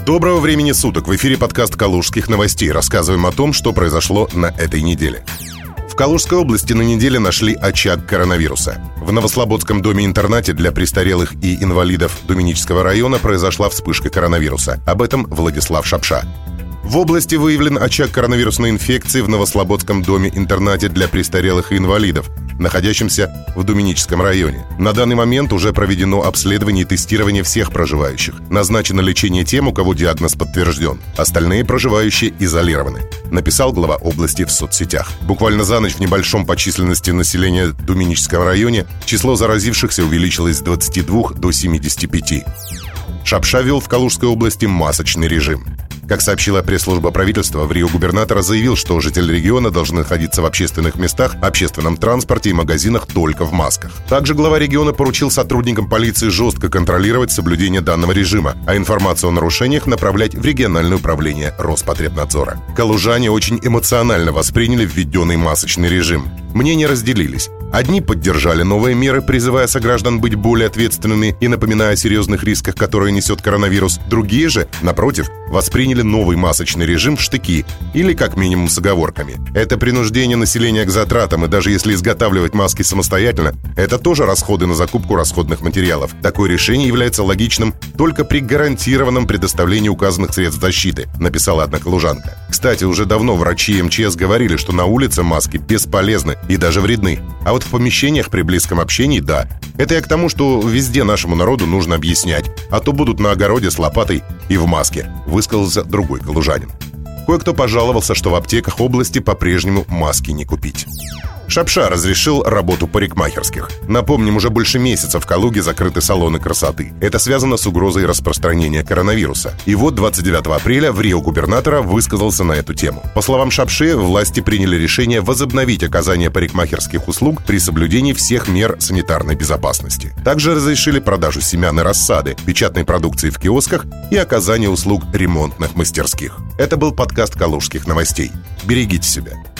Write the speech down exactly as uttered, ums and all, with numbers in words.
Доброго времени суток! В эфире подкаст «Калужских новостей». Рассказываем о том, что произошло на этой неделе. В Калужской области на неделе нашли очаг коронавируса. В Новослободском доме-интернате для престарелых и инвалидов Думинического района произошла вспышка коронавируса. Об этом Владислав Шапша. В области выявлен очаг коронавирусной инфекции в Новослободском доме-интернате для престарелых и инвалидов, находящемся в Думиническом районе. На данный момент уже проведено обследование и тестирование всех проживающих. Назначено лечение тем, у кого диагноз подтвержден. Остальные проживающие изолированы, написал глава области в соцсетях. Буквально за ночь в небольшом по численности населения Думиническом районе число заразившихся увеличилось с двадцати двух до семидесяти пяти. Шапша ввел в Калужской области масочный режим. Как сообщила пресс-служба правительства, в Рио губернатор заявил, что жители региона должны находиться в общественных местах, общественном транспорте и магазинах только в масках. Также глава региона поручил сотрудникам полиции жестко контролировать соблюдение данного режима, а информацию о нарушениях направлять в региональное управление Роспотребнадзора. Калужане очень эмоционально восприняли введенный масочный режим. Мнения разделились. Одни поддержали новые меры, призывая сограждан быть более ответственными и напоминая о серьезных рисках, которые несет коронавирус. Другие же, напротив, восприняли новый масочный режим в штыки или как минимум с оговорками. Это принуждение населения к затратам, и даже если изготавливать маски самостоятельно, это тоже расходы на закупку расходных материалов. Такое решение является логичным только при гарантированном предоставлении указанных средств защиты, написала одна калужанка. Кстати, уже давно врачи эм че эс говорили, что на улице маски бесполезны и даже вредны. А вот в помещениях при близком общении – да. Это я к тому, что везде нашему народу нужно объяснять, а то будут на огороде с лопатой и в маске, высказался другой калужанин. Кое-кто пожаловался, что в аптеках области по-прежнему маски не купить. Шапша разрешил работу парикмахерских. Напомним, уже больше месяца в Калуге закрыты салоны красоты. Это связано с угрозой распространения коронавируса. И вот двадцать девятого апреля в Рио губернатора высказался на эту тему. По словам Шапши, власти приняли решение возобновить оказание парикмахерских услуг при соблюдении всех мер санитарной безопасности. Также разрешили продажу семян и рассады, печатной продукции в киосках и оказание услуг ремонтных мастерских. Это был подкаст «Калужских новостей». Берегите себя.